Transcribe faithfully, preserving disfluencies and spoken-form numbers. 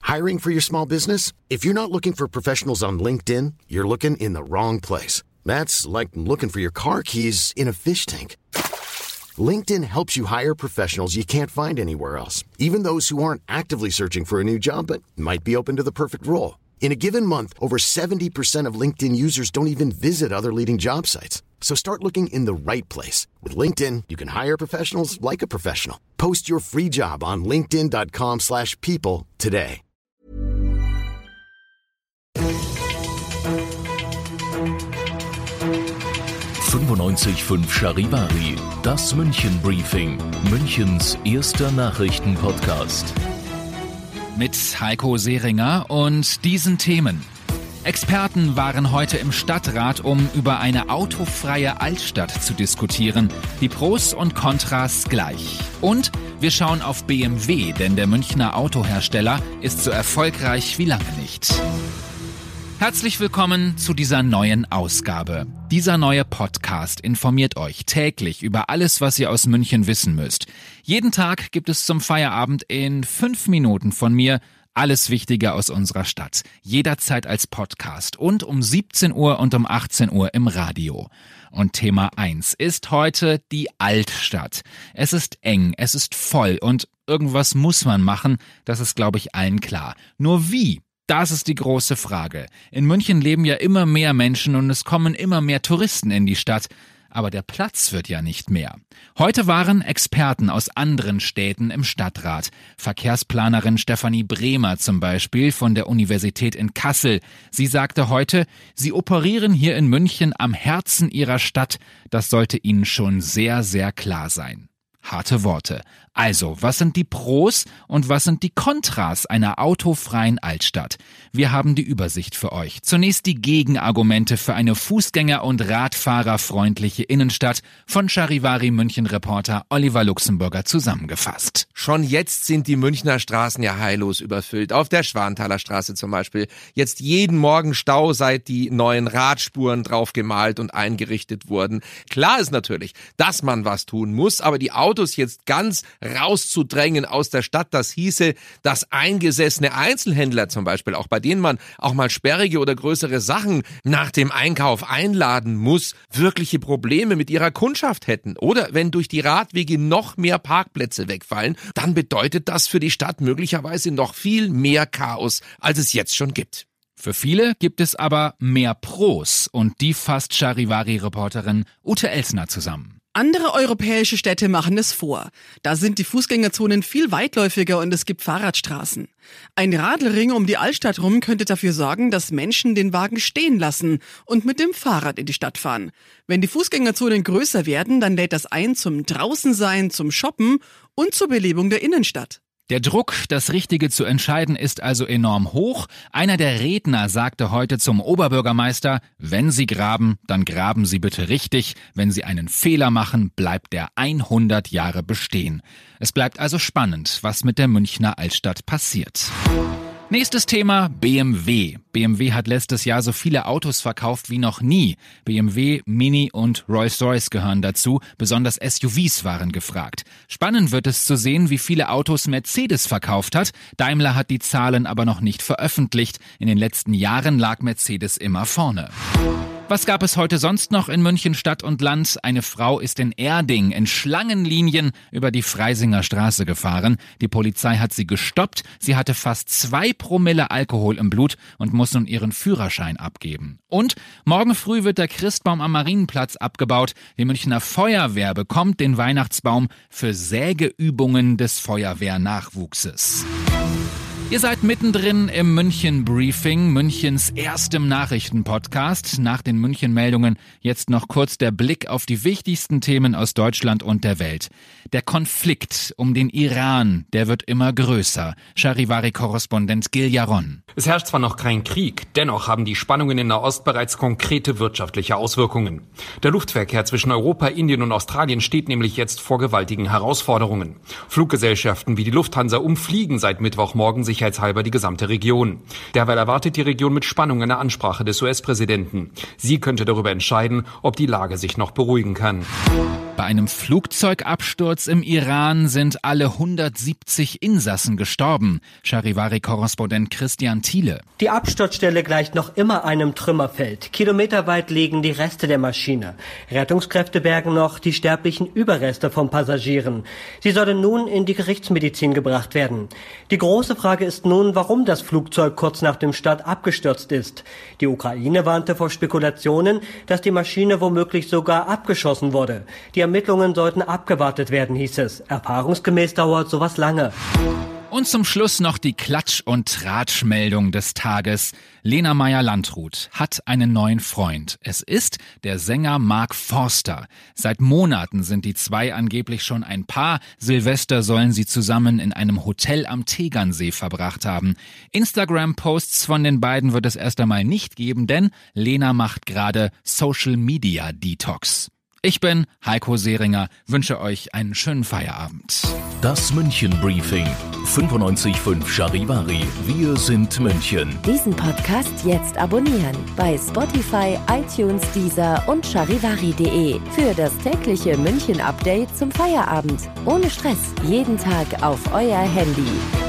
Hiring for your small business? If you're not looking for professionals on LinkedIn, you're looking in the wrong place. That's like looking for your car keys in a fish tank. LinkedIn helps you hire professionals you can't find anywhere else, even those who aren't actively searching for a new job but might be open to the perfect role. In a given month, over seventy percent of LinkedIn users don't even visit other leading job sites. So start looking in the right place. With LinkedIn, you can hire professionals like a professional. Post your free job on linkedin dot com slash people today. fünfundneunzig Komma fünf Charivari, das München Briefing, Münchens erster Nachrichtenpodcast. Mit Heiko Seringer und diesen Themen. Experten waren heute im Stadtrat, um über eine autofreie Altstadt zu diskutieren. Die Pros und Kontras gleich. Und wir schauen auf B M W, denn der Münchner Autohersteller ist so erfolgreich wie lange nicht. Herzlich willkommen zu dieser neuen Ausgabe. Dieser neue Podcast informiert euch täglich über alles, was ihr aus München wissen müsst. Jeden Tag gibt es zum Feierabend in fünf Minuten von mir alles Wichtige aus unserer Stadt. Jederzeit als Podcast und um siebzehn Uhr und um achtzehn Uhr im Radio. Und Thema eins ist heute die Altstadt. Es ist eng, es ist voll und irgendwas muss man machen, das ist, glaube ich, allen klar. Nur wie? Das ist die große Frage. In München leben ja immer mehr Menschen und es kommen immer mehr Touristen in die Stadt. Aber der Platz wird ja nicht mehr. Heute waren Experten aus anderen Städten im Stadtrat. Verkehrsplanerin Stefanie Bremer zum Beispiel von der Universität in Kassel. Sie sagte heute, sie operieren hier in München am Herzen ihrer Stadt. Das sollte ihnen schon sehr, sehr klar sein. Harte Worte. Also, was sind die Pros und was sind die Kontras einer autofreien Altstadt? Wir haben die Übersicht für euch. Zunächst die Gegenargumente für eine fußgänger- und radfahrerfreundliche Innenstadt von Charivari München-Reporter Oliver Luxemburger zusammengefasst. Schon jetzt sind die Münchner Straßen ja heillos überfüllt. Auf der Schwanthaler Straße zum Beispiel. Jetzt jeden Morgen Stau, seit die neuen Radspuren drauf gemalt und eingerichtet wurden. Klar ist natürlich, dass man was tun muss, aber die Autos jetzt ganz rauszudrängen aus der Stadt, das hieße, dass eingesessene Einzelhändler zum Beispiel, auch bei denen man auch mal sperrige oder größere Sachen nach dem Einkauf einladen muss, wirkliche Probleme mit ihrer Kundschaft hätten. Oder wenn durch die Radwege noch mehr Parkplätze wegfallen, dann bedeutet das für die Stadt möglicherweise noch viel mehr Chaos, als es jetzt schon gibt. Für viele gibt es aber mehr Pros und die fasst Charivari-Reporterin Ute Elsner zusammen. Andere europäische Städte machen es vor. Da sind die Fußgängerzonen viel weitläufiger und es gibt Fahrradstraßen. Ein Radlring um die Altstadt rum könnte dafür sorgen, dass Menschen den Wagen stehen lassen und mit dem Fahrrad in die Stadt fahren. Wenn die Fußgängerzonen größer werden, dann lädt das ein zum Draußensein, zum Shoppen und zur Belebung der Innenstadt. Der Druck, das Richtige zu entscheiden, ist also enorm hoch. Einer der Redner sagte heute zum Oberbürgermeister, wenn Sie graben, dann graben Sie bitte richtig. Wenn Sie einen Fehler machen, bleibt der hundert Jahre bestehen. Es bleibt also spannend, was mit der Münchner Altstadt passiert. Nächstes Thema, B M W. B M W hat letztes Jahr so viele Autos verkauft wie noch nie. B M W, Mini und Rolls-Royce gehören dazu. Besonders S U Vs waren gefragt. Spannend wird es zu sehen, wie viele Autos Mercedes verkauft hat. Daimler hat die Zahlen aber noch nicht veröffentlicht. In den letzten Jahren lag Mercedes immer vorne. Was gab es heute sonst noch in München Stadt und Land? Eine Frau ist in Erding in Schlangenlinien über die Freisinger Straße gefahren. Die Polizei hat sie gestoppt. Sie hatte fast zwei Promille Alkohol im Blut und muss nun ihren Führerschein abgeben. Und morgen früh wird der Christbaum am Marienplatz abgebaut. Die Münchner Feuerwehr bekommt den Weihnachtsbaum für Sägeübungen des Feuerwehrnachwuchses. Ihr seid mittendrin im München Briefing, Münchens erstem Nachrichtenpodcast. Nach den München-Meldungen jetzt noch kurz der Blick auf die wichtigsten Themen aus Deutschland und der Welt. Der Konflikt um den Iran, der wird immer größer. Charivari-Korrespondent Gil Jaron. Es herrscht zwar noch kein Krieg, dennoch haben die Spannungen in Nahost bereits konkrete wirtschaftliche Auswirkungen. Der Luftverkehr zwischen Europa, Indien und Australien steht nämlich jetzt vor gewaltigen Herausforderungen. Fluggesellschaften wie die Lufthansa umfliegen seit Mittwochmorgen sicherheitshalber die gesamte Region. Derweil erwartet die Region mit Spannung eine Ansprache des U S-Präsidenten. Sie könnte darüber entscheiden, ob die Lage sich noch beruhigen kann. Bei einem Flugzeugabsturz im Iran sind alle hundertsiebzig Insassen gestorben. Charivari-Korrespondent Christian Thiele. Die Absturzstelle gleicht noch immer einem Trümmerfeld. Kilometerweit liegen die Reste der Maschine. Rettungskräfte bergen noch die sterblichen Überreste von Passagieren. Sie sollen nun in die Gerichtsmedizin gebracht werden. Die große Frage ist nun, warum das Flugzeug kurz nach dem Start abgestürzt ist. Die Ukraine warnte vor Spekulationen, dass die Maschine womöglich sogar abgeschossen wurde. Die Ermittlungen sollten abgewartet werden, hieß es. Erfahrungsgemäß dauert sowas lange. Und zum Schluss noch die Klatsch- und Tratschmeldung des Tages. Lena Meyer-Landrut hat einen neuen Freund. Es ist der Sänger Mark Forster. Seit Monaten sind die zwei angeblich schon ein Paar. Silvester sollen sie zusammen in einem Hotel am Tegernsee verbracht haben. Instagram-Posts von den beiden wird es erst einmal nicht geben, denn Lena macht gerade Social-Media-Detox. Ich bin Heiko Seringer, wünsche euch einen schönen Feierabend. Das München Briefing. fünfundneunzig Komma fünf Charivari. Wir sind München. Diesen Podcast jetzt abonnieren bei Spotify, iTunes, Deezer und charivari punkt de für das tägliche München-Update zum Feierabend. Ohne Stress, jeden Tag auf euer Handy.